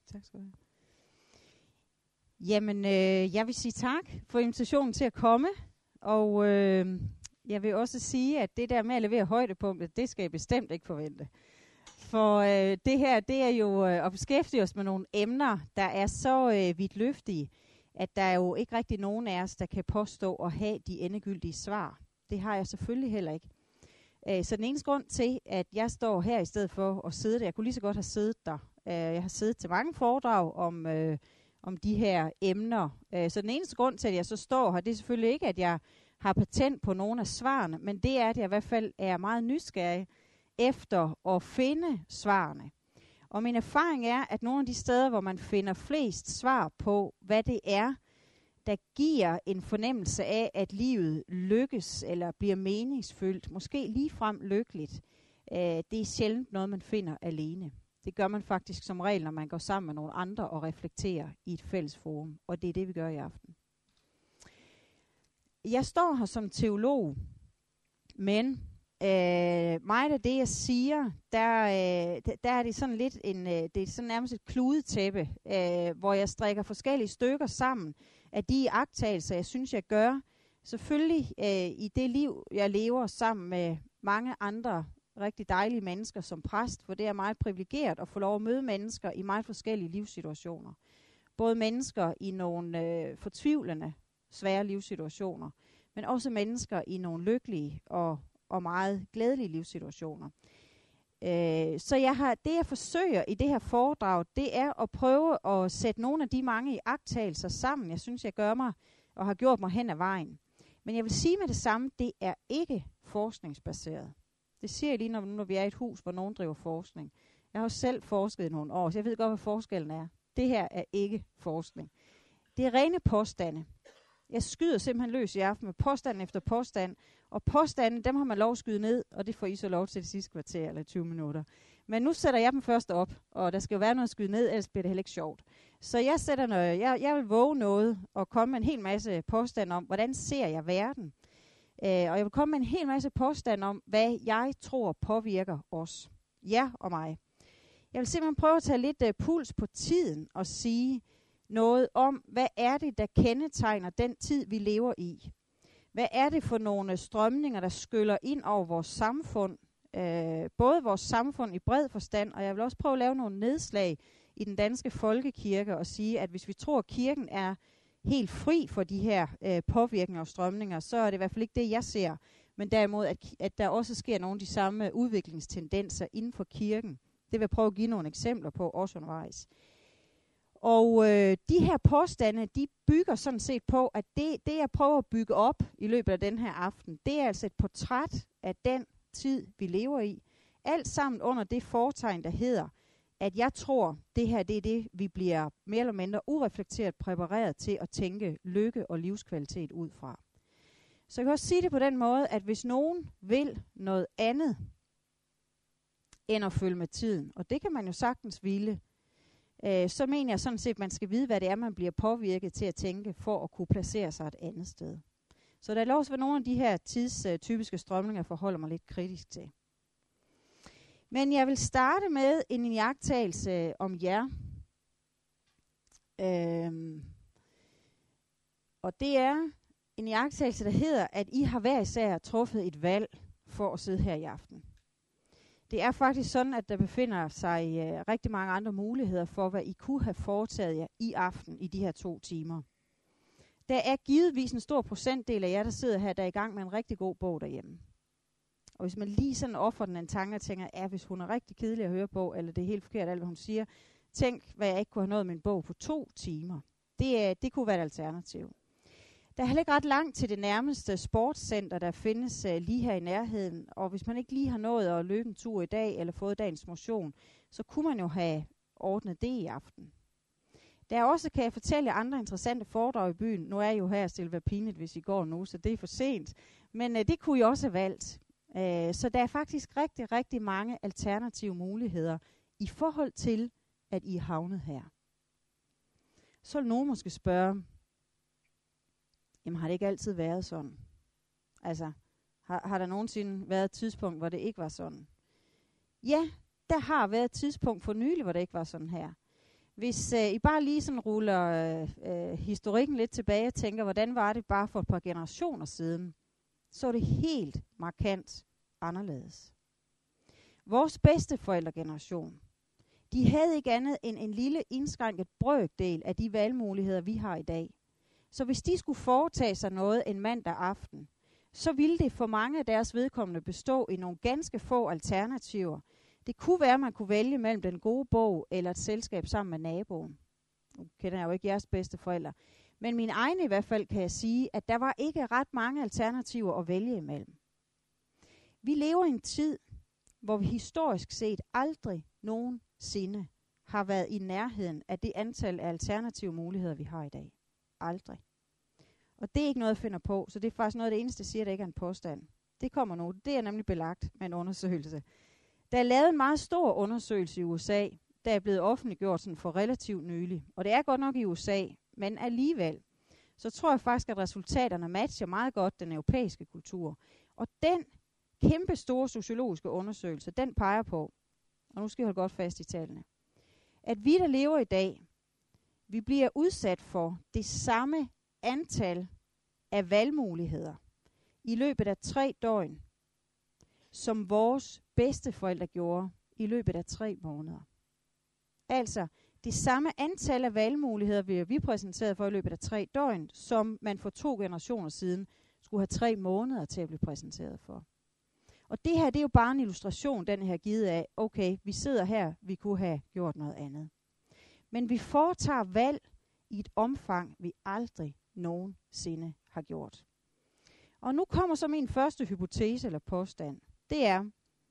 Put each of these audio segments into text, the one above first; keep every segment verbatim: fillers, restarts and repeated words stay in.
Tak skal du have. Jamen, øh, jeg vil sige tak for invitationen til at komme, og øh, jeg vil også sige, at det der med at levere højdepunktet, det skal jeg bestemt ikke forvente. For øh, det her, det er jo øh, at beskæftige os med nogle emner, der er så øh, vidtløftige, at der er jo ikke rigtig nogen af os, der kan påstå at have de endegyldige svar. Det har jeg selvfølgelig heller ikke. Øh, så den eneste grund til, at jeg står her i stedet for at sidde der, jeg kunne lige så godt have siddet der. Øh, jeg har siddet til mange foredrag om, øh, om de her emner. Øh, så den eneste grund til, at jeg så står her, det er selvfølgelig ikke, at jeg har patent på nogle af svarene, men det er, at jeg i hvert fald er meget nysgerrig efter at finde svarene. Og min erfaring er, at nogle af de steder, hvor man finder flest svar på, hvad det er, der giver en fornemmelse af, at livet lykkes eller bliver meningsfyldt, måske ligefrem lykkeligt, øh, det er sjældent noget, man finder alene. Det gør man faktisk som regel, når man går sammen med nogle andre og reflekterer i et fælles forum. Og det er det, vi gør i aften. Jeg står her som teolog, men Øh, meget af det, jeg siger, der, øh, der er det sådan lidt en, øh, det er sådan nærmest et kludetæppe, øh, hvor jeg strikker forskellige stykker sammen af de iagttagelser, jeg synes, jeg gør. Selvfølgelig øh, i det liv, jeg lever sammen med mange andre rigtig dejlige mennesker som præst, for det er meget privilegeret at få lov at møde mennesker i meget forskellige livssituationer. Både mennesker i nogle øh, fortvivlende, svære livssituationer, men også mennesker i nogle lykkelige og og meget glædelige livssituationer. Øh, så jeg har, det jeg forsøger i det her foredrag, det er at prøve at sætte nogle af de mange iagttagelser sammen, jeg synes, jeg gør mig og har gjort mig hen ad vejen. Men jeg vil sige med det samme, det er ikke forskningsbaseret. Det siger jeg lige, når, når vi er i et hus, hvor nogen driver forskning. Jeg har jo selv forsket i nogle år, så jeg ved godt, hvad forskellen er. Det her er ikke forskning. Det er rene påstande. Jeg skyder simpelthen løs i aften med påstand efter påstand, og påstanden, dem har man lov at skyde ned, og det får I så lov til det sidste kvarter eller tyve minutter. Men nu sætter jeg dem først op, og der skal jo være noget at skyde ned, ellers bliver det heller ikke sjovt. Så jeg sætter noget, jeg, jeg vil våge noget og komme med en hel masse påstand om, hvordan ser jeg verden? Øh, og jeg vil komme med en hel masse påstand om, hvad jeg tror påvirker os. Jer og mig. Jeg vil simpelthen prøve at tage lidt uh, puls på tiden og sige noget om, hvad er det, der kendetegner den tid, vi lever i. Hvad er det for nogle strømninger, der skyller ind over vores samfund? Øh, både vores samfund i bred forstand, og jeg vil også prøve at lave nogle nedslag i den danske folkekirke og sige, at hvis vi tror, at kirken er helt fri for de her øh, påvirkninger og strømninger, så er det i hvert fald ikke det, jeg ser. Men derimod, at, at der også sker nogle af de samme udviklingstendenser inden for kirken. Det vil jeg prøve at give nogle eksempler på, også undervejs. Og øh, de her påstande, de bygger sådan set på, at det, det, jeg prøver at bygge op i løbet af den her aften, det er altså et portræt af den tid, vi lever i. Alt sammen under det fortegn, der hedder, at jeg tror, det her det er det, vi bliver mere eller mindre ureflekteret præpareret til at tænke lykke og livskvalitet ud fra. Så jeg kan også sige det på den måde, at hvis nogen vil noget andet end at følge med tiden, og det kan man jo sagtens ville, øh, så mener jeg sådan set, at man skal vide, hvad det er, man bliver påvirket til at tænke, for at kunne placere sig et andet sted. Så der er lov til at nogle af de her tidstypiske strømninger, jeg forholder mig lidt kritisk til. Men jeg vil starte med en iagttagelse om jer. Øhm, og det er en iagttagelse, der hedder, at I har hver især truffet et valg for at sidde her i aften. Det er faktisk sådan, at der befinder sig øh, rigtig mange andre muligheder for, hvad I kunne have foretaget jer i aften i de her to timer. Der er givetvis en stor procentdel af jer, der sidder her, der er i gang med en rigtig god bog derhjemme. Og hvis man lige sådan offer den en tanke og tænker, ja, hvis hun er rigtig kedelig at høre på, eller det er helt forkert alt, hvad hun siger, tænk, hvad jeg ikke kunne have nået min bog på to timer. Det, det kunne være et alternativ. Der er heller ikke ret langt til det nærmeste sportscenter, der findes uh, lige her i nærheden. Og hvis man ikke lige har nået at løbe en tur i dag, eller fået dagens motion, så kunne man jo have ordnet det i aften. Der er også, kan jeg fortælle, andre interessante foredrag i byen. Nu er jeg jo her, så det vil være pinligt, hvis I går nu, så det er for sent. Men uh, det kunne I også have valgt. Uh, så der er faktisk rigtig, rigtig mange alternative muligheder i forhold til, at I er havnet her. Så vil nogen måske spørge, jamen har det ikke altid været sådan? Altså, har, har der nogensinde været et tidspunkt, hvor det ikke var sådan? Ja, der har været et tidspunkt for nylig, hvor det ikke var sådan her. Hvis øh, I bare lige sådan ruller øh, øh, historikken lidt tilbage og tænker, hvordan var det bare for et par generationer siden, så er det helt markant anderledes. Vores bedsteforældregeneration, de havde ikke andet end en lille indskrænket brøkdel af de valgmuligheder, vi har i dag. Så hvis de skulle foretage sig noget en mandag aften, så ville det for mange af deres vedkommende bestå i nogle ganske få alternativer. Det kunne være, at man kunne vælge mellem den gode bog eller et selskab sammen med naboen. Nu kender jeg jo ikke jeres bedsteforældre. Men min egen i hvert fald kan jeg sige, at der var ikke ret mange alternativer at vælge imellem. Vi lever i en tid, hvor vi historisk set aldrig nogensinde har været i nærheden af det antal af alternative muligheder, vi har i dag. Aldrig. Og det er ikke noget, jeg finder på, så det er faktisk noget af det eneste, jeg siger, der ikke er en påstand. Det kommer nu. Det er nemlig belagt med en undersøgelse. Der er lavet en meget stor undersøgelse i U S A, der er blevet offentliggjort sådan for relativt nylig. Og det er godt nok i U S A, men alligevel, så tror jeg faktisk, at resultaterne matcher meget godt den europæiske kultur. Og den kæmpe store sociologiske undersøgelse, den peger på, og nu skal jeg holde godt fast i tallene, at vi, der lever i dag, vi bliver udsat for det samme antal af valgmuligheder i løbet af tre døgn, som vores bedsteforældre gjorde i løbet af tre måneder. Altså, det samme antal af valgmuligheder bliver vi præsenteret for i løbet af tre døgn, som man for to generationer siden skulle have tre måneder til at blive præsenteret for. Og det her, det er jo bare en illustration, den her givet af, okay, vi sidder her, vi kunne have gjort noget andet. Men vi foretager valg i et omfang, vi aldrig nogensinde har gjort. Og nu kommer så min første hypotese eller påstand. Det er,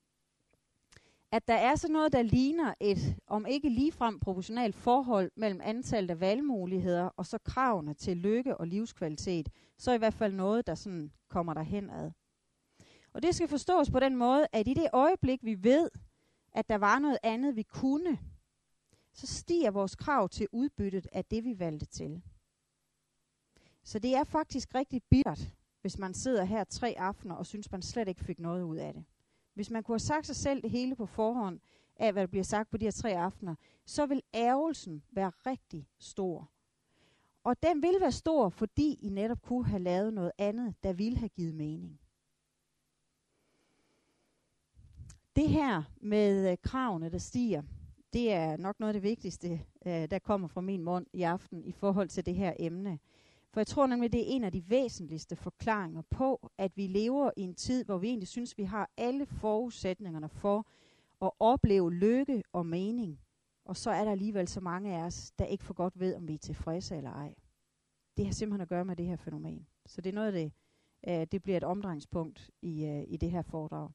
at der er sådan noget, der ligner et, om ikke ligefrem proportionalt forhold mellem antallet af valgmuligheder og så kravene til lykke og livskvalitet, så i hvert fald noget, der sådan kommer derhen ad. Og det skal forstås på den måde, at i det øjeblik, vi ved, at der var noget andet, vi kunne, så stiger vores krav til udbyttet af det, vi valgte til. Så det er faktisk rigtig bittert, hvis man sidder her tre aftener og synes, man slet ikke fik noget ud af det. Hvis man kunne have sagt sig selv det hele på forhånd af, hvad der bliver sagt på de her tre aftener, så vil ærgelsen være rigtig stor. Og den vil være stor, fordi I netop kunne have lavet noget andet, der ville have givet mening. Det her med øh, kravene, der stiger, det er nok noget af det vigtigste, øh, der kommer fra min mund i aften i forhold til det her emne. For jeg tror nemlig, det er en af de væsentligste forklaringer på, at vi lever i en tid, hvor vi egentlig synes, vi har alle forudsætningerne for at opleve lykke og mening. Og så er der alligevel så mange af os, der ikke for godt ved, om vi er tilfredse eller ej. Det har simpelthen at gøre med det her fænomen. Så det er noget af det, øh, det bliver et omdrejningspunkt i, øh, i det her foredrag.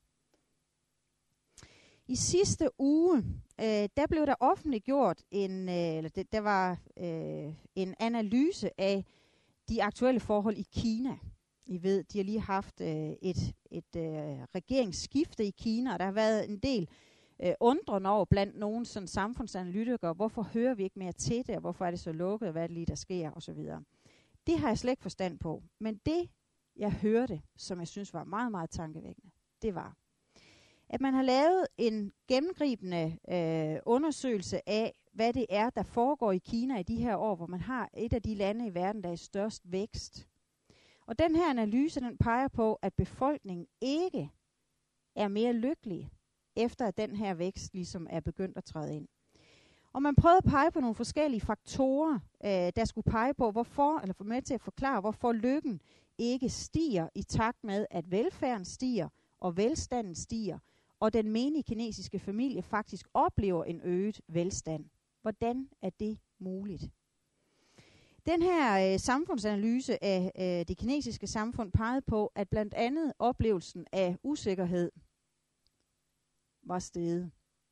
I sidste uge, øh, der blev der offentliggjort en, øh, eller det, der var øh, en analyse af de aktuelle forhold i Kina. I ved, de har lige haft øh, et, et øh, regeringsskifte i Kina, og der har været en del øh, undren over blandt nogle sådan, samfundsanalytikere, hvorfor hører vi ikke mere til det, og hvorfor er det så lukket, og hvad er det lige, der sker, osv. Det har jeg slet ikke forstand på. Men det, jeg hørte, som jeg synes var meget, meget tankevækkende, det var, at man har lavet en gennemgribende øh, undersøgelse af, hvad det er, der foregår i Kina i de her år, hvor man har et af de lande i verden, der er i størst vækst. Og den her analyse, den peger på, at befolkningen ikke er mere lykkelig, efter at den her vækst ligesom er begyndt at træde ind. Og man prøvede at pege på nogle forskellige faktorer, øh, der skulle pege på, hvorfor, eller få med til at forklare, hvorfor lykken ikke stiger i takt med, at velfærden stiger, og velstanden stiger, og den menige kinesiske familie faktisk oplever en øget velstand. Hvordan er det muligt? Den her øh, samfundsanalyse af øh, det kinesiske samfund pegede på, at blandt andet oplevelsen af usikkerhed var steget.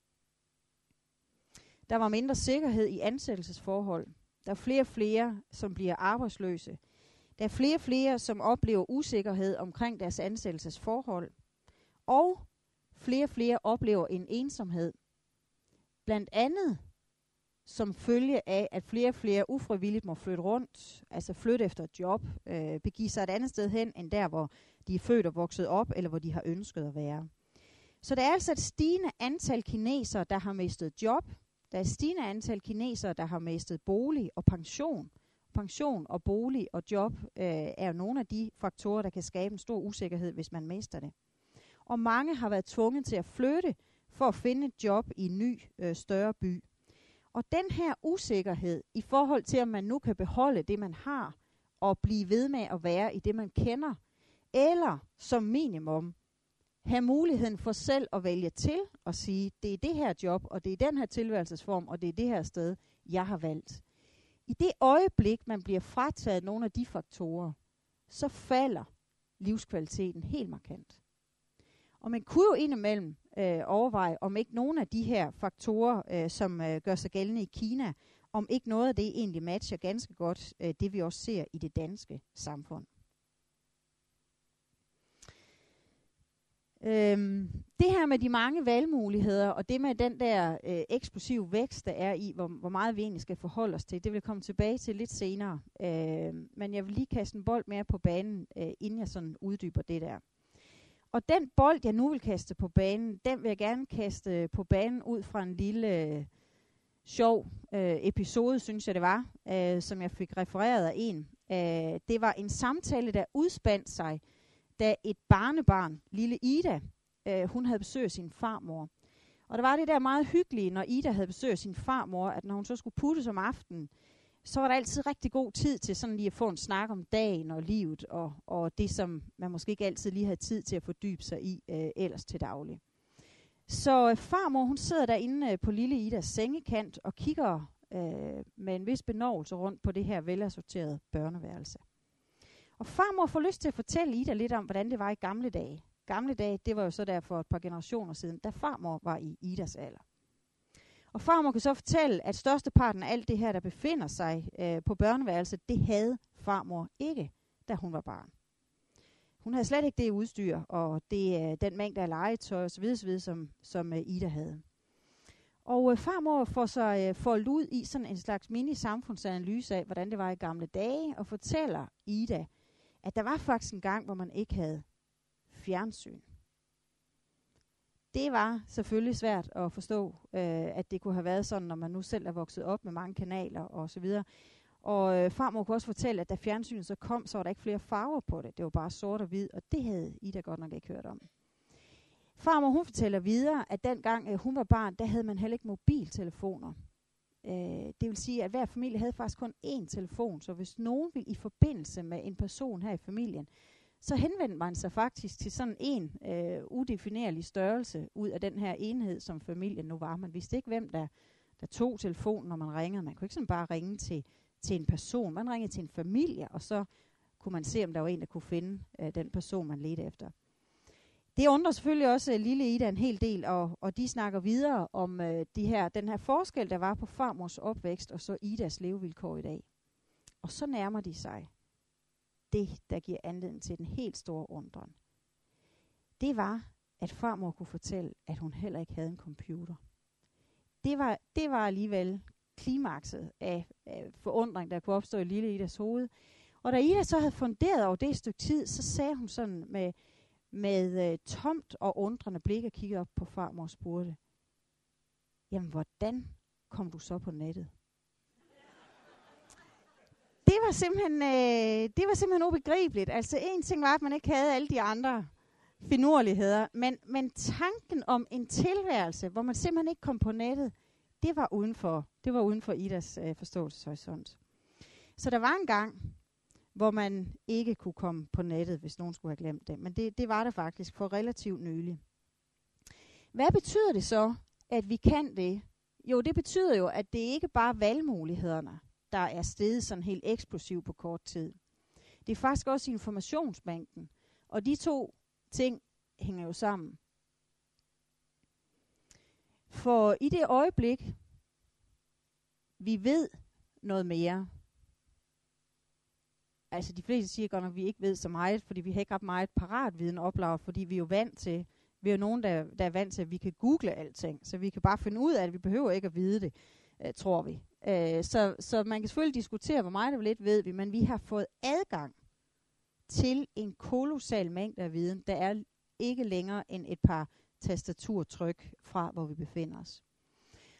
Der var mindre sikkerhed i ansættelsesforhold. Der er flere og flere, som bliver arbejdsløse. Der er flere og flere, som oplever usikkerhed omkring deres ansættelsesforhold. Og flere og flere oplever en ensomhed. Blandt andet som følge af, at flere og flere ufrivilligt må flytte rundt, altså flytte efter et job, øh, begive sig et andet sted hen, end der, hvor de er født og vokset op, eller hvor de har ønsket at være. Så der er altså et stigende antal kinesere, der har mistet job, Der er et stigende antal kinesere, der har mistet bolig og pension. Pension og bolig og job øh, er jo nogle af de faktorer, der kan skabe en stor usikkerhed, hvis man mister det. Og mange har været tvunget til at flytte for at finde et job i en ny, øh, større by. Og den her usikkerhed i forhold til, om man nu kan beholde det, man har, og blive ved med at være i det, man kender, eller som minimum have muligheden for selv at vælge til og sige, det er det her job, og det er den her tilværelsesform, og det er det her sted, jeg har valgt. I det øjeblik, man bliver frataget nogle af de faktorer, så falder livskvaliteten helt markant. Og man kunne jo indimellem øh, overveje, om ikke nogle af de her faktorer, øh, som øh, gør sig gældende i Kina, om ikke noget af det egentlig matcher ganske godt øh, det, vi også ser i det danske samfund. Øhm, det her med de mange valgmuligheder, og det med den der øh, eksplosive vækst, der er i, hvor, hvor meget vi egentlig skal forholde os til, det vil jeg komme tilbage til lidt senere. Øh, men jeg vil lige kaste en bold mere på banen, øh, inden jeg sådan uddyber det der. Og den bold, jeg nu vil kaste på banen, den vil jeg gerne kaste på banen ud fra en lille øh, sjov øh, episode, synes jeg det var, øh, som jeg fik refereret af en. Øh, det var en samtale, der udspandt sig, da et barnebarn, lille Ida, øh, hun havde besøg af sin farmor. Og der var det der meget hyggelige, når Ida havde besøg af sin farmor, at når hun så skulle puttes om aftenen, så var der altid rigtig god tid til sådan lige at få en snak om dagen og livet, og, og det, som man måske ikke altid lige havde tid til at fordybe sig i øh, ellers til daglig. Så øh, farmor, hun sidder derinde øh, på lille Idas sengekant og kigger øh, med en vis benovelse rundt på det her velassorterede børneværelse. Og farmor får lyst til at fortælle Ida lidt om, hvordan det var i gamle dage. Gamle dage, det var jo så der for et par generationer siden, da farmor var i Idas alder. Og farmor kan så fortælle, at størsteparten af alt det her, der befinder sig øh, på børneværelset, det havde farmor ikke, da hun var barn. Hun havde slet ikke det udstyr, og det, øh, den mængde af legetøj osv., osv. som, som øh, Ida havde. Og øh, farmor får sig øh, foldet ud i sådan en slags mini-samfundsanalyse af, hvordan det var i gamle dage, og fortæller Ida, at der var faktisk en gang, hvor man ikke havde fjernsyn. Det var selvfølgelig svært at forstå, øh, at det kunne have været sådan, når man nu selv er vokset op med mange kanaler og så videre. Og øh, farmor kunne også fortælle, at da fjernsynet så kom, så var der ikke flere farver på det. Det var bare sort og hvid, og det havde Ida godt nok ikke hørt om. Farmor, hun fortæller videre, at dengang øh, hun var barn, der havde man heller ikke mobiltelefoner. Øh, det vil sige, at hver familie havde faktisk kun én telefon, så hvis nogen ville i forbindelse med en person her i familien, så henvendte man sig faktisk til sådan en øh, udefinerlig størrelse ud af den her enhed, som familien nu var. Man vidste ikke, hvem der, der tog telefonen, når man ringede. Man kunne ikke sådan bare ringe til, til en person. Man ringede til en familie, og så kunne man se, om der var en, der kunne finde øh, den person, man ledte efter. Det undrer selvfølgelig også uh, lille Ida en hel del, og, og de snakker videre om uh, de her, den her forskel, der var på farmors opvækst og så Idas levevilkår i dag. Og så nærmer de sig det, der giver anledning til den helt store undren. Det var, at farmor kunne fortælle, at hun heller ikke havde en computer. Det var, det var alligevel klimakset af, af forundring, der kunne opstå i lille Idas hoved. Og da Ida så havde funderet over det et stykke tid, så sagde hun sådan med, med uh, tomt og undrende blik og kiggede op på farmor og spurgte, jamen hvordan kom du så på nettet? Det var simpelthen, øh, det var simpelthen ubegribeligt. Altså en ting var, at man ikke havde alle de andre finurligheder, men, men tanken om en tilværelse, hvor man simpelthen ikke kom på nettet, det var uden for, det var uden for Idas øh, forståelseshorisont. Så der var en gang, hvor man ikke kunne komme på nettet, hvis nogen skulle have glemt det. Men det, det var det faktisk for relativt nylig. Hvad betyder det så, at vi kan det? Jo, det betyder jo, at det ikke bare er valgmulighederne, der er steget sådan helt eksplosivt på kort tid. Det er faktisk også informationsmængden. Og de to ting hænger jo sammen. For i det øjeblik, vi ved noget mere. Altså de fleste siger godt nok, at vi ikke ved så meget, fordi vi har ikke ret meget paratviden oplaget, fordi vi er jo vant til, vi er jo nogen, der, der er vant til, at vi kan google alting. Så vi kan bare finde ud af det, vi behøver ikke at vide det, øh, tror vi. Øh, så, så man kan selvfølgelig diskutere, hvor meget og hvor lidt ved vi, men vi har fået adgang til en kolossal mængde af viden, der er ikke længere end et par tastaturtryk fra, hvor vi befinder os.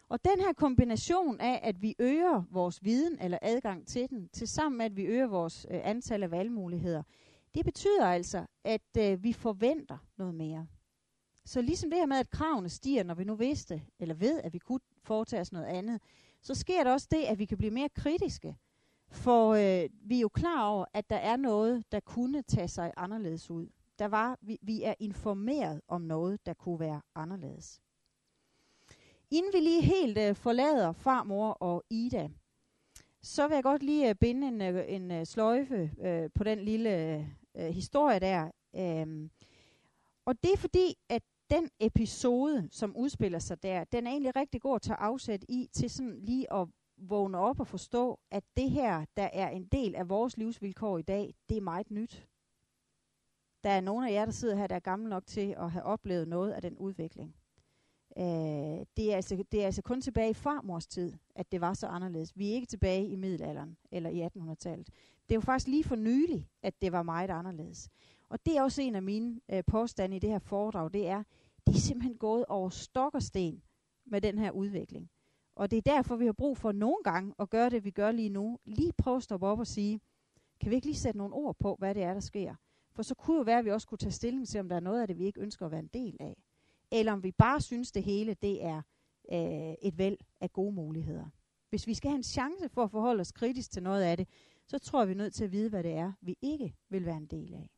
Og den her kombination af, at vi øger vores viden eller adgang til den, til sammen med, at vi øger vores øh, antal af valgmuligheder, det betyder altså, at øh, vi forventer noget mere. Så ligesom det her med, at kravene stiger, når vi nu vidste, eller ved, at vi kunne foretage os noget andet, så sker der også det, at vi kan blive mere kritiske. For øh, vi er jo klar over, at der er noget, der kunne tage sig anderledes ud. Der var, vi, vi er informeret om noget, der kunne være anderledes. Inden vi lige helt øh, forlader farmor og Ida, så vil jeg godt lige øh, binde en, øh, en øh, sløjfe øh, på den lille øh, historie der. Øhm, og det er fordi, at den episode, som udspiller sig der, den er egentlig rigtig god at tage afsæt i, til sådan lige at vågne op og forstå, at det her, der er en del af vores livsvilkår i dag, det er meget nyt. Der er nogle af jer, der sidder her, der er gamle nok til at have oplevet noget af den udvikling. Øh, det, er altså, det er altså kun tilbage i farmors tid, at det var så anderledes. Vi er ikke tilbage i middelalderen eller i attenhundredetallet. Det er jo faktisk lige for nylig, at det var meget anderledes. Og det er også en af mine øh, påstande i det her foredrag, det er, det er simpelthen gået over stok og sten med den her udvikling. Og det er derfor, vi har brug for nogle gange at gøre det, vi gør lige nu. Lige prøve at stoppe op og sige, kan vi ikke lige sætte nogle ord på, hvad det er, der sker? For så kunne jo være, at vi også kunne tage stilling til, om der er noget af det, vi ikke ønsker at være en del af. Eller om vi bare synes, det hele det er øh, et væld af gode muligheder. Hvis vi skal have en chance for at forholde os kritisk til noget af det, så tror jeg, vi er nødt til at vide, hvad det er, vi ikke vil være en del af.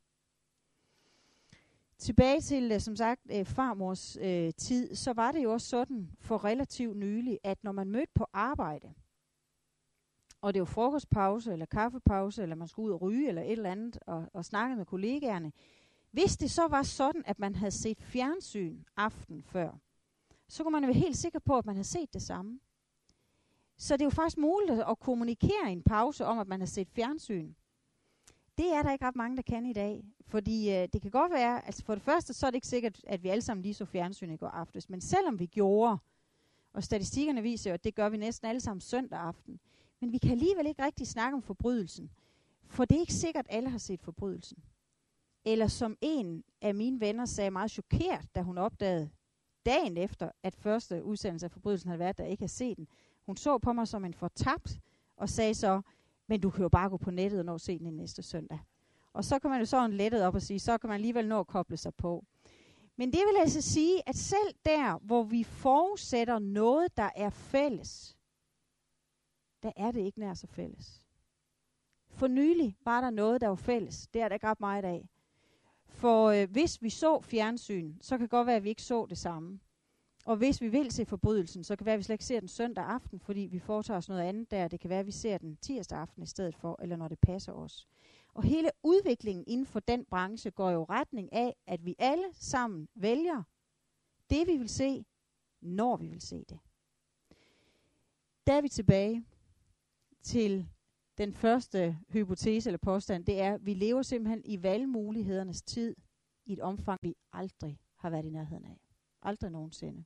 Tilbage til, som sagt, øh, farmors øh, tid, så var det jo også sådan for relativt nylig, at når man mødte på arbejde, og det var frokostpause, eller kaffepause, eller man skulle ud og ryge, eller et eller andet, og, og snakke med kollegaerne, hvis det så var sådan, at man havde set fjernsyn aften før, så kunne man jo være helt sikker på, at man havde set det samme. Så det er jo faktisk muligt at kommunikere i en pause om, at man har set fjernsyn. Det er der ikke ret mange, der kan i dag. Fordi øh, det kan godt være, altså for det første, så er det ikke sikkert, at vi alle sammen lige så fjernsyn i går aftes. Men selvom vi gjorde, og statistikkerne viser jo, at det gør vi næsten alle sammen søndag aften, men vi kan alligevel ikke rigtig snakke om forbrydelsen. For det er ikke sikkert, at alle har set forbrydelsen. Eller som en af mine venner sagde meget chokeret, da hun opdagede dagen efter, at første udsendelse af forbrydelsen havde været, der ikke havde set den. Hun så på mig som en fortabt, og sagde så, men du kan jo bare gå på nettet og nå at se den næste søndag. Og så kan man jo sådan lettet op og sige, så kan man alligevel nå at koble sig på. Men det vil altså sige, at selv der, hvor vi forudsætter noget, der er fælles, der er det ikke nær så fælles. For nylig var der noget, der var fælles. Det er der ikke ret meget af. For øh, hvis vi så fjernsyn, så kan det godt være, at vi ikke så det samme. Og hvis vi vil se forbrydelsen, så kan det være, at vi slet ikke ser den søndag aften, fordi vi foretager os noget andet der. Det kan være, at vi ser den tirsdag aften i stedet for, eller når det passer os. Og hele udviklingen inden for den branche går jo retning af, at vi alle sammen vælger det, vi vil se, når vi vil se det. Der er vi tilbage til den første hypotese eller påstand. Det er, at vi lever simpelthen i valgmulighedernes tid i et omfang, vi aldrig har været i nærheden af. Aldrig nogensinde.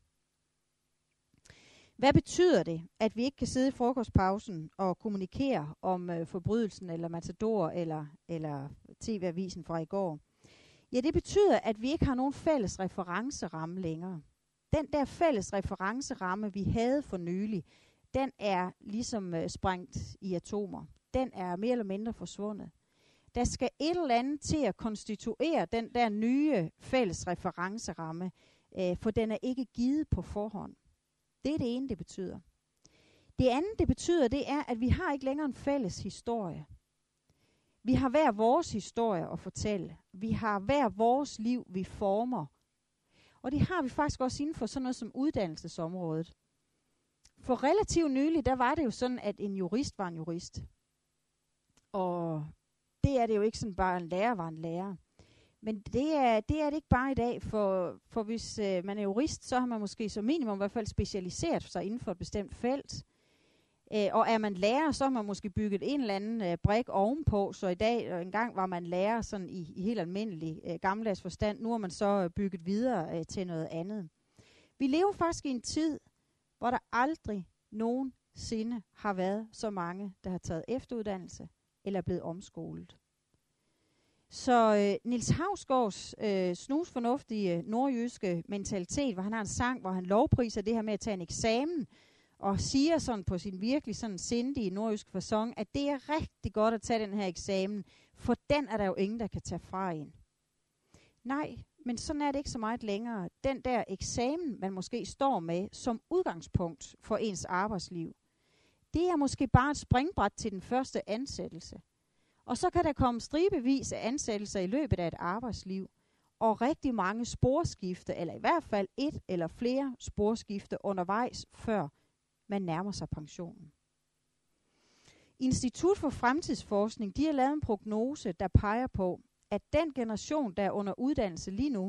Hvad betyder det, at vi ikke kan sidde i frokostpausen og kommunikere om øh, forbrydelsen, eller Matador, eller, eller T V-avisen fra i går? Ja, det betyder, at vi ikke har nogen fælles referenceramme længere. Den der fælles referenceramme, vi havde for nylig, den er ligesom øh, sprængt i atomer. Den er mere eller mindre forsvundet. Der skal et eller andet til at konstituere den der nye fælles referenceramme, øh, for den er ikke givet på forhånd. Det er det ene, det betyder. Det andet, det betyder, det er, at vi har ikke længere en fælles historie. Vi har hver vores historie at fortælle. Vi har hver vores liv, vi former. Og det har vi faktisk også inden for sådan noget som uddannelsesområdet. For relativt nylig, der var det jo sådan, at en jurist var en jurist. Og det er det jo ikke sådan, bare en lærer var en lærer. Men det er, det er det ikke bare i dag, for, for hvis øh, man er jurist, så har man måske som minimum i hvert fald specialiseret sig inden for et bestemt felt. Øh, og er man lærer, så har man måske bygget en eller anden øh, brik ovenpå, så i dag, og engang var man lærer sådan i, i helt almindelig øh, gammeldags forstand, nu har man så øh, bygget videre øh, til noget andet. Vi lever faktisk i en tid, hvor der aldrig nogensinde har været så mange, der har taget efteruddannelse eller er blevet omskolet. Så øh, Niels Hausgaards øh, snusfornuftige nordjyske mentalitet, hvor han har en sang, hvor han lovpriser det her med at tage en eksamen, og siger sådan på sin virkelig sådan sindige nordjyske facon, at det er rigtig godt at tage den her eksamen, for den er der jo ingen, der kan tage fra en. Nej, men sådan er det ikke så meget længere. Den der eksamen, man måske står med som udgangspunkt for ens arbejdsliv, det er måske bare et springbræt til den første ansættelse. Og så kan der komme stribevis af ansættelser i løbet af et arbejdsliv, og rigtig mange sporskifte, eller i hvert fald et eller flere sporskifte undervejs, før man nærmer sig pensionen. Institut for Fremtidsforskning, de har lavet en prognose, der peger på, at den generation, der er under uddannelse lige nu,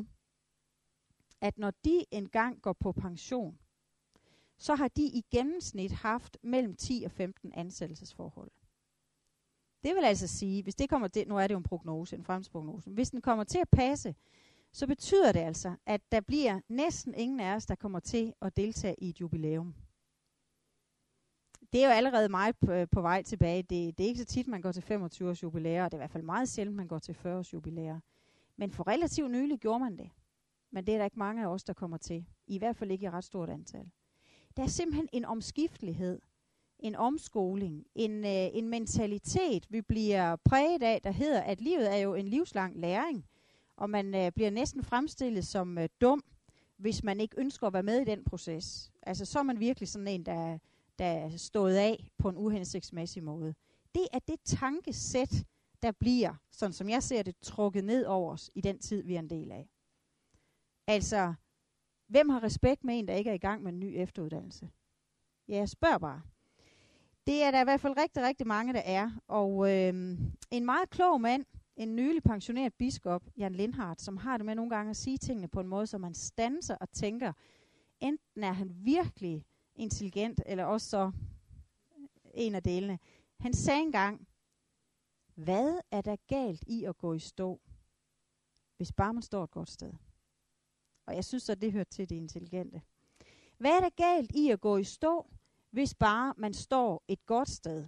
at når de engang går på pension, så har de i gennemsnit haft mellem ti og femten ansættelsesforhold. Det vil altså sige, hvis det kommer til, nu er det jo en prognose, en fremtidsprognose, hvis den kommer til at passe, så betyder det altså, at der bliver næsten ingen af os, der kommer til at deltage i et jubilæum. Det er jo allerede meget på, på vej tilbage. Det, det er ikke så tit, man går til femogtyve års jubilæer, og det er i hvert fald meget sjældent, man går til fyrre års jubilæer. Men for relativt nylig gjorde man det. Men det er der ikke mange af os, der kommer til. I hvert fald ikke i ret stort antal. Der er simpelthen en omskiftelighed, en omskoling, en, øh, en mentalitet, vi bliver præget af, der hedder, at livet er jo en livslang læring, og man øh, bliver næsten fremstillet som øh, dum, hvis man ikke ønsker at være med i den proces. Altså så er man virkelig sådan en, der, der er stået af på en uhensigtsmæssig måde. Det er det tankesæt, der bliver, sådan som jeg ser det, trukket ned over os i den tid, vi er en del af. Altså, hvem har respekt med en, der ikke er i gang med en ny efteruddannelse? Ja, jeg spørger bare. Det er der i hvert fald rigtig, rigtig mange, der er. Og øh, en meget klog mand, en nylig pensioneret biskop, Jan Lindhardt, som har det med nogle gange at sige tingene på en måde, så man standser og tænker, enten er han virkelig intelligent, eller også så en af delene. Han sagde engang, hvad er der galt i at gå i stå, hvis bare man står et godt sted? Og jeg synes så, det hører til det intelligente. Hvad er der galt i at gå i stå, hvis bare man står et godt sted?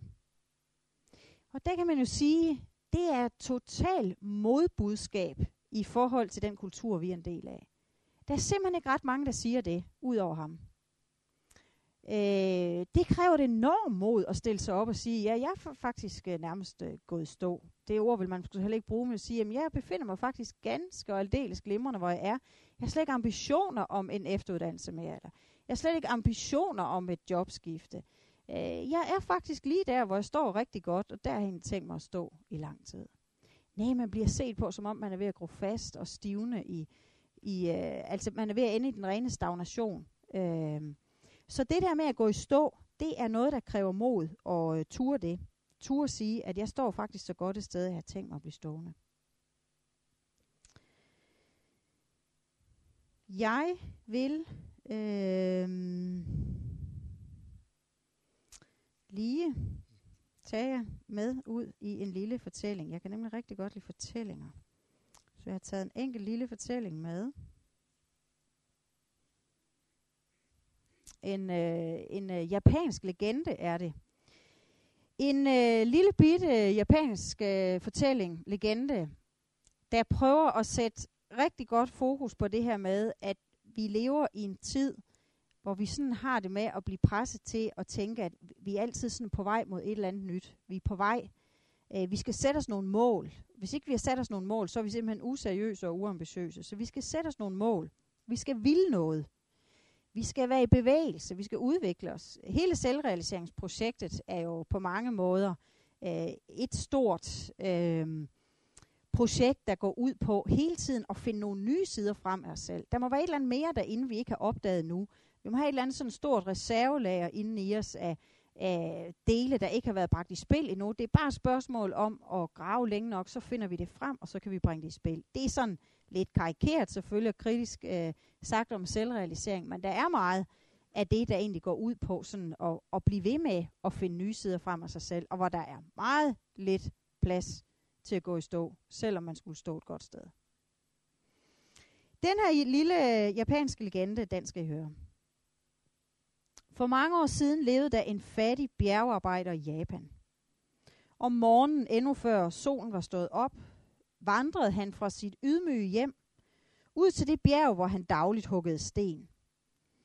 Og der kan man jo sige, det er et totalt modbudskab i forhold til den kultur, vi er en del af. Der er simpelthen ikke ret mange, der siger det, ud over ham. Øh, det kræver et enormt mod at stille sig op og sige, ja, jeg er faktisk øh, nærmest øh, gået i stå. Det ord vil man heller ikke bruge, men at sige, jamen jeg befinder mig faktisk ganske og aldeles glimrende, hvor jeg er. Jeg har slet ikke ambitioner om en efteruddannelse mere, eller jeg har slet ikke ambitioner om et jobskifte. Øh, jeg er faktisk lige der, hvor jeg står rigtig godt, og der har jeg tænkt mig at stå i lang tid. Nej, man bliver set på, som om man er ved at gro fast og stivne i, i øh, altså man er ved at ende i den rene stagnation. Øh, Så det der med at gå i stå, det er noget, der kræver mod og øh, ture det. Ture sige, at jeg står faktisk så godt et sted, at jeg har tænkt mig at blive stående. Jeg vil øh, lige tage jer med ud i en lille fortælling. Jeg kan nemlig rigtig godt lide fortællinger. Så jeg har taget en enkelt lille fortælling med. En, øh, en øh, japansk legende er det. En øh, lille bitte japansk øh, fortælling, legende, der prøver at sætte rigtig godt fokus på det her med, at vi lever i en tid, hvor vi sådan har det med at blive presset til at tænke, at vi er altid sådan på vej mod et eller andet nyt. Vi er på vej. Øh, vi skal sætte os nogle mål. Hvis ikke vi har sat os nogle mål, så er vi simpelthen useriøse og uambitiøse. Så vi skal sætte os nogle mål. Vi skal ville noget. Vi skal være i bevægelse, vi skal udvikle os. Hele selvrealiseringsprojektet er jo på mange måder øh, et stort øh, projekt, der går ud på hele tiden at finde nogle nye sider frem af os selv. Der må være et eller andet mere derinde, vi ikke har opdaget nu. Vi må have et eller andet sådan stort reservelager inde i os af, af dele, der ikke har været bragt i spil endnu. Det er bare et spørgsmål om at grave længe nok, så finder vi det frem, og så kan vi bringe det i spil. Det er sådan lidt karikeret selvfølgelig og kritisk øh, sagt om selvrealisering, men der er meget af det, der egentlig går ud på sådan at, at blive ved med at finde nye sider frem af sig selv, og hvor der er meget lidt plads til at gå i stå, selvom man skulle stå et godt sted. Den her lille japanske legende, den skal I høre. For mange år siden levede der en fattig bjergarbejder i Japan. Om morgenen, endnu før solen var stået op, vandrede han fra sit ydmyge hjem ud til det bjerg, hvor han dagligt huggede sten.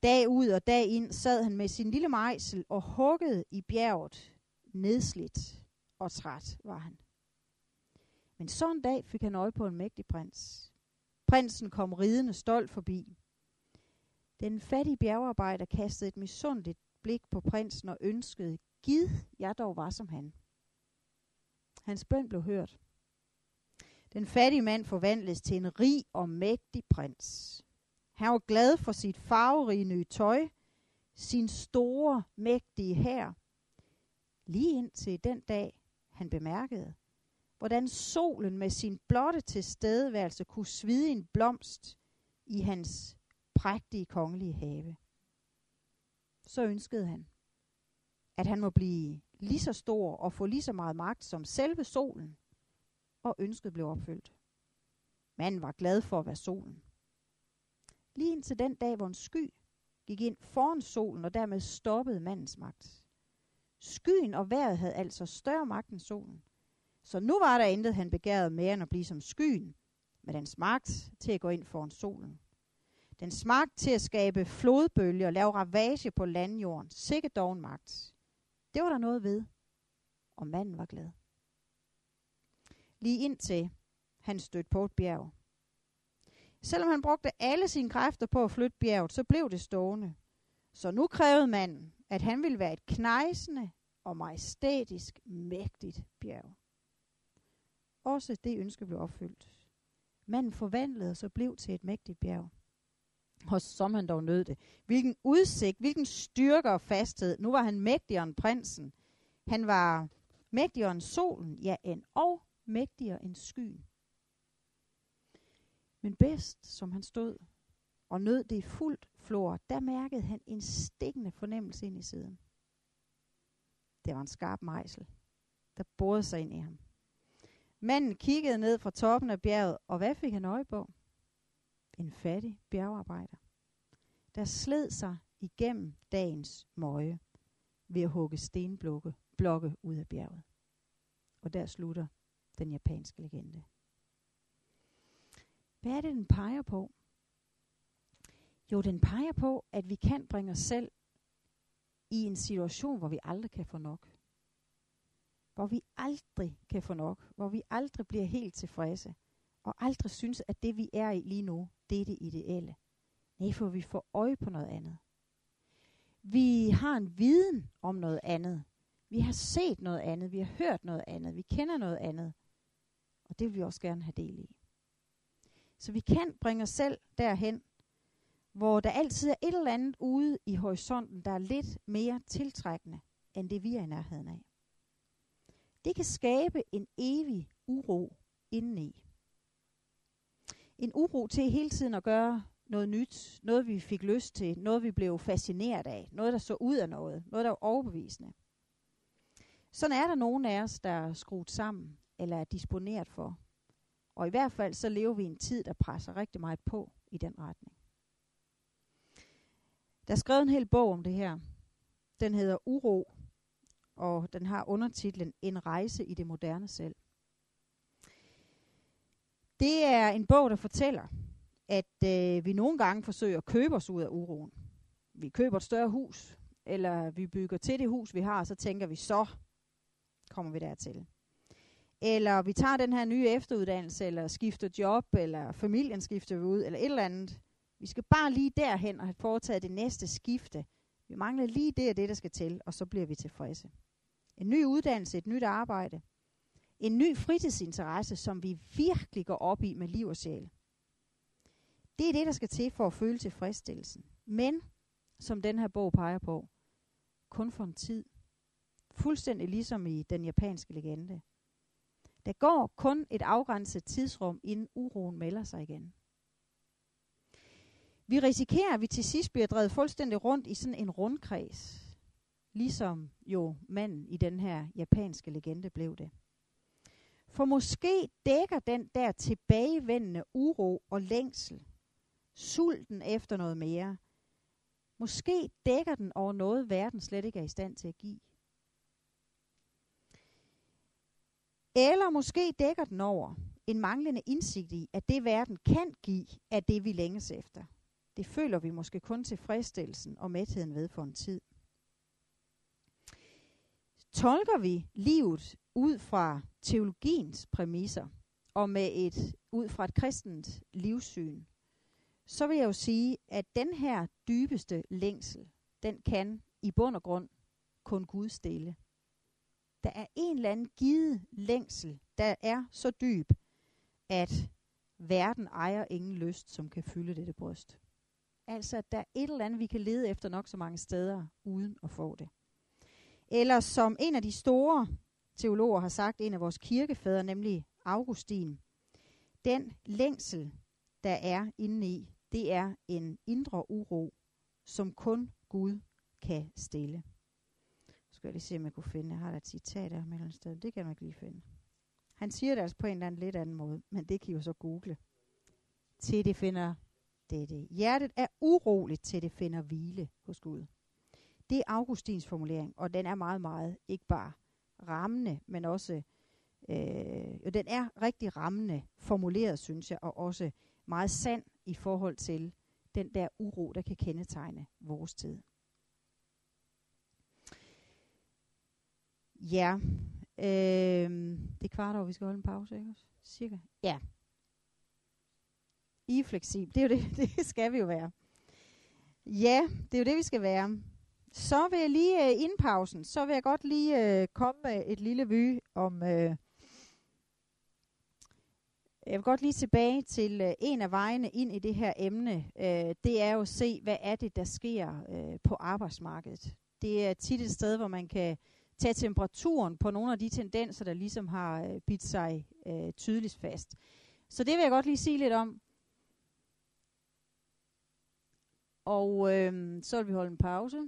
Dag ud og dag ind sad han med sin lille mejsel og huggede i bjerget. Nedslidt og træt var han. Men så en dag fik han øje på en mægtig prins. Prinsen kom ridende stolt forbi. Den fattige bjergarbejder kastede et misundeligt blik på prinsen og ønskede, gid jeg dog var som han. Hans bøn blev hørt. Den fattige mand forvandledes til en rig og mægtig prins. Han var glad for sit farverige nye tøj, sin store, mægtige hær. Lige indtil den dag, han bemærkede, hvordan solen med sin blotte tilstedeværelse kunne svide en blomst i hans prægtige kongelige have. Så ønskede han, at han må blive lige så stor og få lige så meget magt som selve solen, og ønsket blev opfyldt. Manden var glad for at være solen. Lige indtil den dag, hvor en sky gik ind foran solen og dermed stoppede mandens magt. Skyen og vejret havde altså større magt end solen. Så nu var der intet, han begærede mere end at blive som skyen, med dens magt til at gå ind foran solen. Dens magt til at skabe flodbølger og lave ravage på landjorden. Sikke dog en magt. Det var der noget ved, og manden var glad. Lige indtil han stødte på et bjerg. Selvom han brugte alle sine kræfter på at flytte bjerget, så blev det stående. Så nu krævede manden, at han ville være et knejsende og majestætisk mægtigt bjerg. Også det ønske blev opfyldt. Manden forvandlede sig og blev til et mægtigt bjerg. Og som han dog nød det. Hvilken udsigt, hvilken styrke og fasthed. Nu var han mægtigere end prinsen. Han var mægtigere end solen, ja, end og mægtigere end skyen. Men bedst, som han stod og nød det i fuldt flor, der mærkede han en stikkende fornemmelse ind i siden. Det var en skarp mejsel, der borede sig ind i ham. Manden kiggede ned fra toppen af bjerget, og hvad fik han øje på? En fattig bjergarbejder, der sled sig igennem dagens møje ved at hugge stenblokke blokke ud af bjerget. Og der slutter den japanske legende. Hvad er det, den peger på? Jo, den peger på, at vi kan bringe os selv i en situation, hvor vi aldrig kan få nok. Hvor vi aldrig kan få nok. Hvor vi aldrig bliver helt tilfredse. Og aldrig synes, at det vi er i lige nu, det er det ideelle. Nej, for vi får øje på noget andet. Vi har en viden om noget andet. Vi har set noget andet. Vi har hørt noget andet. Vi kender noget andet. Og det vil vi også gerne have del i. Så vi kan bringe os selv derhen, hvor der altid er et eller andet ude i horisonten, der er lidt mere tiltrækkende, end det vi er i nærheden af. Det kan skabe en evig uro indeni. En uro til hele tiden at gøre noget nyt, noget vi fik lyst til, noget vi blev fascineret af, noget der så ud af noget, noget der var overbevisende. Sådan er der nogen af os, der er skruet sammen, eller er disponeret for. Og i hvert fald så lever vi i en tid, der presser rigtig meget på i den retning. Der er skrevet en hel bog om det her. Den hedder Uro, og den har undertitlen En rejse i det moderne selv. Det er en bog, der fortæller, at øh, vi nogle gange forsøger at købe os ud af uroen. Vi køber et større hus, eller vi bygger til det hus, vi har, og så tænker vi, så kommer vi dertil. Eller vi tager den her nye efteruddannelse, eller skifter job, eller familien skifter vi ud, eller et eller andet. Vi skal bare lige derhen og have foretaget det næste skifte. Vi mangler lige det og det, der skal til, og så bliver vi tilfredse. En ny uddannelse, et nyt arbejde. En ny fritidsinteresse, som vi virkelig går op i med liv og sjæl. Det er det, der skal til for at føle tilfredsstillelsen. Men, som den her bog peger på, kun for en tid. Fuldstændig ligesom i den japanske legende. Der går kun et afgrænset tidsrum, inden uroen melder sig igen. Vi risikerer, at vi til sidst bliver drevet fuldstændig rundt i sådan en rundkreds. Ligesom jo manden i den her japanske legende blev det. For måske dækker den der tilbagevendende uro og længsel, sulten efter noget mere, måske dækker den over noget, verden slet ikke er i stand til at give. Eller måske dækker den over en manglende indsigt i, at det verden kan give, er det vi længes efter. det føler vi måske kun tilfredsstillelsen og mætheden ved for en tid. Tolker vi livet ud fra teologiens præmisser, og med et ud fra et kristent livssyn, så vil jeg jo sige, at den her dybeste længsel, den kan i bund og grund kun Gud stille. Der er en eller anden givet længsel, der er så dyb, at verden ejer ingen lyst, som kan fylde dette bryst. Altså, at der er et eller andet, vi kan lede efter nok så mange steder, uden at få det. Eller som en af de store teologer har sagt, en af vores kirkefædre, nemlig Augustin, den længsel, der er inde i, det er en indre uro, som kun Gud kan stille. Så skal jeg lige se, om jeg kunne finde. Jeg har da et citat der med et sted. Det kan man ikke lige finde. Han siger det altså på en eller anden lidt anden måde, men det kan I jo så google. Til det finder det, det. Hjertet er uroligt, til det finder hvile hos Gud. Det er Augustins formulering, og den er meget, meget ikke bare rammende, men også, øh, jo, den er rigtig rammende formuleret, synes jeg, og også meget sand i forhold til den der uro, der kan kendetegne vores tid. Ja, øh, det er kvart over, vi skal holde en pause, ikke også? Cirka. Ja. I er fleksibel, det er jo det, det skal vi jo være. Ja, det er jo det, vi skal være. Så vil jeg lige, uh, inden pausen, så vil jeg godt lige uh, komme med et lille vy om, uh, jeg vil godt lige tilbage til uh, en af vejene ind i det her emne. Uh, det er jo at se, hvad er det, der sker uh, på arbejdsmarkedet. Det er tit et sted, hvor man kan tage temperaturen på nogle af de tendenser, der ligesom har uh, bidt sig uh, tydeligt fast. Så det vil jeg godt lige sige lidt om. Og øh, så vil vi holde en pause.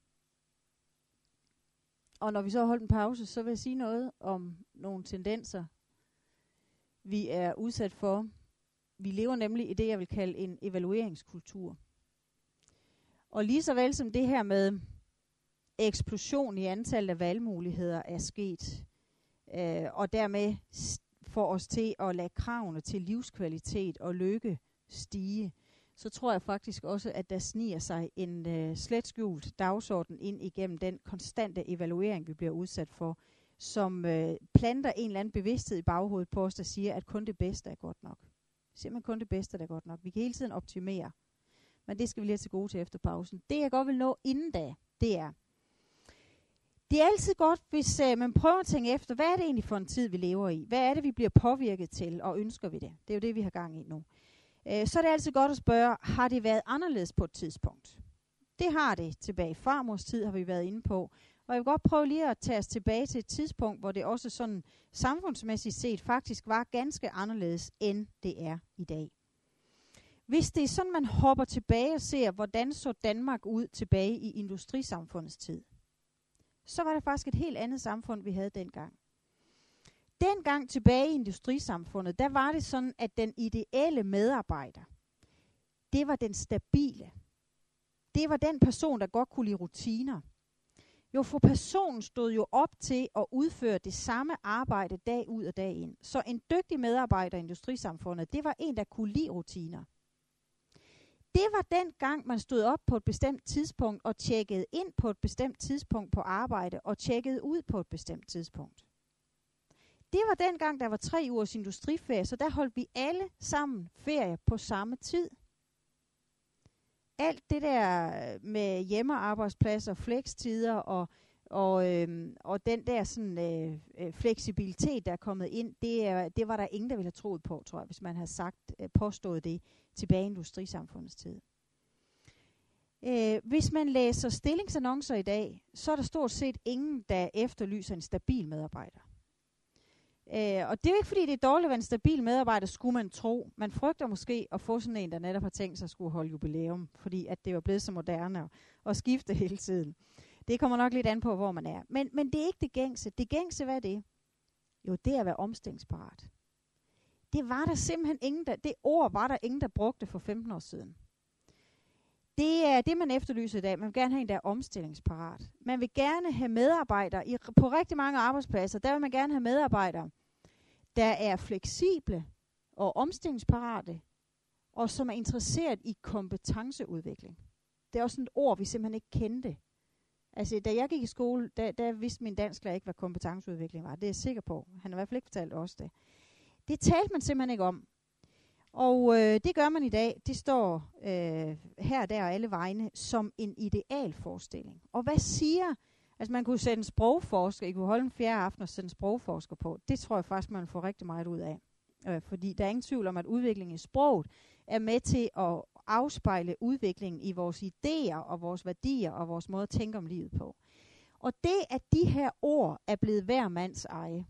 Og når vi så har holdt en pause, så vil jeg sige noget om nogle tendenser, vi er udsat for. Vi lever nemlig i det, jeg vil kalde en evalueringskultur. Og lige så vel som det her med eksplosion i antallet af valgmuligheder er sket, øh, og dermed får os til at lade kravene til livskvalitet og lykke stige, så tror jeg faktisk også, at der sniger sig en øh, slet skjult dagsorden ind igennem den konstante evaluering, vi bliver udsat for, som øh, planter en eller anden bevidsthed i baghovedet på os, der siger, at kun det bedste er godt nok. Simpelthen kun det bedste er godt nok. Vi kan hele tiden optimere, men det skal vi lige til gode til efter pausen. Det jeg godt vil nå inden da, det er, det er altid godt, hvis øh, man prøver at tænke efter, hvad er det egentlig for en tid, vi lever i? Hvad er det, vi bliver påvirket til, og ønsker vi det? Det er jo det, vi har gang i nu. Så er det altid godt at spørge, har det været anderledes på et tidspunkt? Det har det. Tilbage i farmors tid har vi været inde på. Og jeg vil godt prøve lige at tage os tilbage til et tidspunkt, hvor det også sådan samfundsmæssigt set faktisk var ganske anderledes, end det er i dag. Hvis det er sådan, man hopper tilbage og ser, hvordan så Danmark ud tilbage i industrisamfundets tid, så var det faktisk et helt andet samfund, vi havde dengang. Dengang tilbage i industrisamfundet, der var det sådan, at den ideelle medarbejder, det var den stabile. Det var den person, der godt kunne lide rutiner. Jo, for personen stod jo op til at udføre det samme arbejde dag ud og dag ind. Så en dygtig medarbejder i industrisamfundet, det var en, der kunne lide rutiner. Det var den gang, man stod op på et bestemt tidspunkt og tjekkede ind på et bestemt tidspunkt på arbejde og tjekkede ud på et bestemt tidspunkt. Det var dengang, der var tre ugers industriferie, så der holdt vi alle sammen ferie på samme tid. Alt det der med hjemmearbejdspladser, flekstider og, og, øhm, og den der sådan, øh, fleksibilitet, der er kommet ind, det, er, det var der ingen, der ville have troet på, tror jeg, hvis man havde sagt, øh, påstået det tilbage i industrisamfundets tid. Øh, hvis man læser stillingsannoncer i dag, så er der stort set ingen, der efterlyser en stabil medarbejder. Øh, og det er jo ikke, fordi det er dårligt at være en stabil medarbejder, skulle man tro. Man frygter måske at få sådan en, der netop har tænkt sig at skulle holde jubilæum, fordi at det var blevet så moderne og, og skifte hele tiden. Det kommer nok lidt an på, hvor man er. Men, men det er ikke det gængse. Det gængse, hvad er det? Jo, det er at være omstillingsparat. Det var der simpelthen ingen, der, det ord var der ingen, der brugte for femten år siden. Det er det, man efterlyser i dag. Man vil gerne have en, der er omstillingsparat. Man vil gerne have medarbejdere. I, på rigtig mange arbejdspladser, der vil man gerne have medarbejdere, der er fleksible og omstillingsparate, og som er interesseret i kompetenceudvikling. Det er også et ord, vi simpelthen ikke kendte. Altså, da jeg gik i skole, der, der vidste min dansklærer ikke, hvad kompetenceudvikling var. Det er jeg sikker på. Han har i hvert fald ikke fortalt os det. Det talte man simpelthen ikke om. Og øh, det gør man i dag. Det står øh, her, der og alle vegne som en idealforestilling. Og hvad siger... Altså, man kunne sætte en sprogforsker, I kunne holde en fjerde aften og sætte en sprogforsker på. Det tror jeg faktisk, man får rigtig meget ud af. Øh, fordi der er ingen tvivl om, at udviklingen i sproget er med til at afspejle udviklingen i vores idéer og vores værdier og vores måde at tænke om livet på. Og det, at de her ord er blevet hver mands eje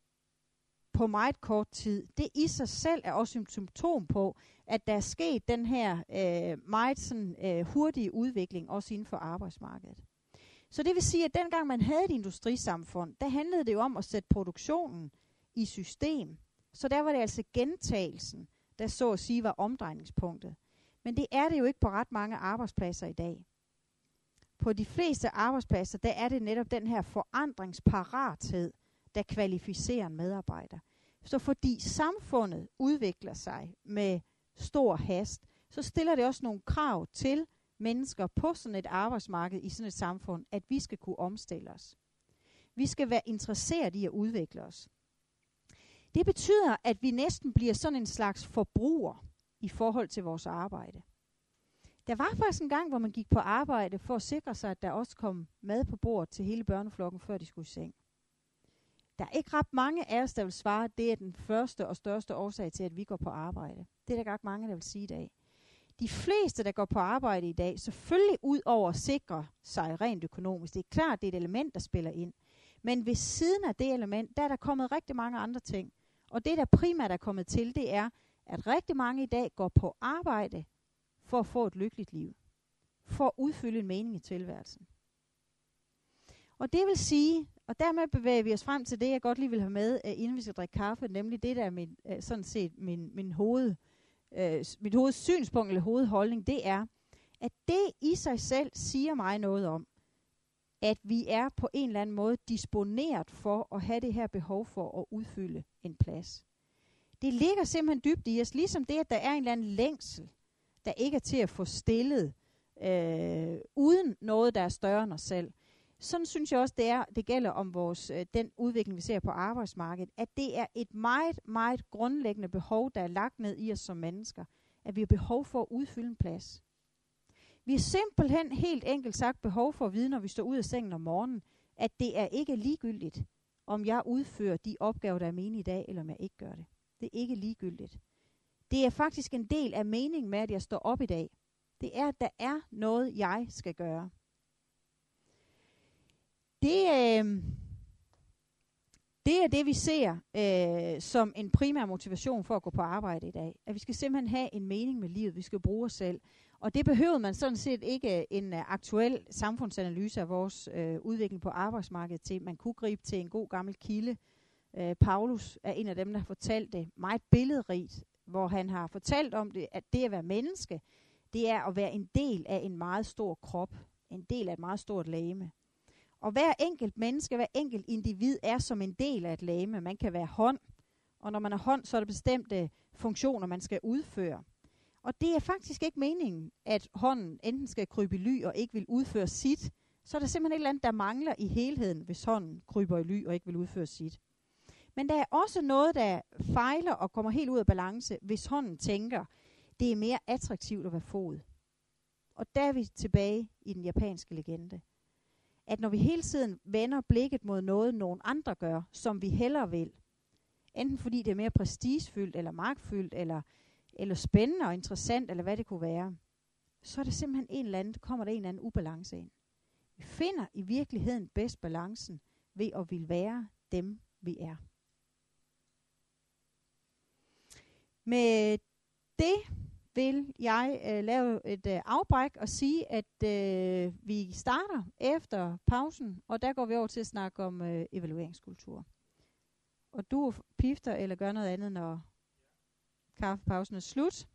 på meget kort tid, det i sig selv er også et symptom på, at der er sket den her øh, meget sådan, øh, hurtige udvikling også inden for arbejdsmarkedet. Så det vil sige, at dengang man havde et industrisamfund, der handlede det jo om at sætte produktionen i system. Så der var det altså gentagelsen, der så at sige var omdrejningspunktet. Men det er det jo ikke på ret mange arbejdspladser i dag. På de fleste arbejdspladser, der er det netop den her forandringsparathed, der kvalificerer en medarbejder. Så fordi samfundet udvikler sig med stor hast, så stiller det også nogle krav til mennesker på sådan et arbejdsmarked i sådan et samfund, at vi skal kunne omstille os. Vi skal være interesseret i at udvikle os. Det betyder, at vi næsten bliver sådan en slags forbruger i forhold til vores arbejde. Der var faktisk en gang, hvor man gik på arbejde for at sikre sig, at der også kom mad på bordet til hele børneflokken, før de skulle i seng. Der er ikke ret mange af os, der vil svare, at det er den første og største årsag til, at vi går på arbejde. Det er der ikke mange, der vil sige i dag. De fleste, der går på arbejde i dag, selvfølgelig ud over at sikre sig rent økonomisk. Det er klart, det er et element, der spiller ind. Men ved siden af det element, der er der kommet rigtig mange andre ting. Og det, der primært er kommet til, det er, at rigtig mange i dag går på arbejde for at få et lykkeligt liv. For at udfylde en mening i tilværelsen. Og det vil sige, og dermed bevæger vi os frem til det, jeg godt lige vil have med, uh, inden vi skal drikke kaffe, nemlig det, der er min, uh, sådan set min, min hoved, uh, mit hovedsynspunkt eller hovedholdning, det er, at det i sig selv siger mig noget om, at vi er på en eller anden måde disponeret for at have det her behov for at udfylde en plads. Det ligger simpelthen dybt i os, ligesom det, at der er en eller anden længsel, der ikke er til at få stillet, øh, uden noget, der er større end os selv. Sådan synes jeg også, det, er, det gælder om vores, øh, den udvikling, vi ser på arbejdsmarkedet, at det er et meget, meget grundlæggende behov, der er lagt ned i os som mennesker, at vi har behov for at udfylde en plads. Vi har simpelthen helt enkelt sagt behov for at vide, når vi står ud af sengen om morgenen, at det er ikke ligegyldigt, om jeg udfører de opgaver, der er mine i dag, eller om jeg ikke gør det. Det er ikke ligegyldigt. Det er faktisk en del af meningen med, at jeg står op i dag. Det er, at der er noget, jeg skal gøre. Det, øh, det er det, vi ser øh, som en primær motivation for at gå på arbejde i dag. At vi skal simpelthen have en mening med livet. Vi skal bruge os selv. Og det behøver man sådan set ikke en uh, aktuel samfundsanalyse af vores uh, udvikling på arbejdsmarkedet til. Man kunne gribe til en god gammel kilde. Uh, Paulus er en af dem, der har fortalt det meget billedrigt, hvor han har fortalt om det, at det at være menneske, det er at være en del af en meget stor krop. En del af et meget stort legeme. Og hver enkelt menneske, hver enkelt individ er som en del af et legeme. Man kan være hånd, og når man er hånd, så er der bestemte funktioner, man skal udføre. Og det er faktisk ikke meningen, at hånden enten skal krybe i ly og ikke vil udføre sit. Så er der simpelthen et eller andet, der mangler i helheden, hvis hånden kryber i ly og ikke vil udføre sit. Men der er også noget, der fejler og kommer helt ud af balance, hvis hånden tænker, det er mere attraktivt at være fod. Og der er vi tilbage i den japanske legende. At når vi hele tiden vender blikket mod noget, nogen andre gør, som vi hellere vil, enten fordi det er mere prestigefyldt, eller magtfyldt, eller eller spændende og interessant, eller hvad det kunne være, så er det simpelthen en eller anden, kommer der en eller anden ubalance ind. Vi finder i virkeligheden bedst balancen ved at ville være dem, vi er. Med det vil jeg øh, lave et øh, afbræk og sige, at øh, vi starter efter pausen, og der går vi over til at snakke om øh, evalueringskultur. Og du pifter eller gør noget andet, når kaffepausen er slut.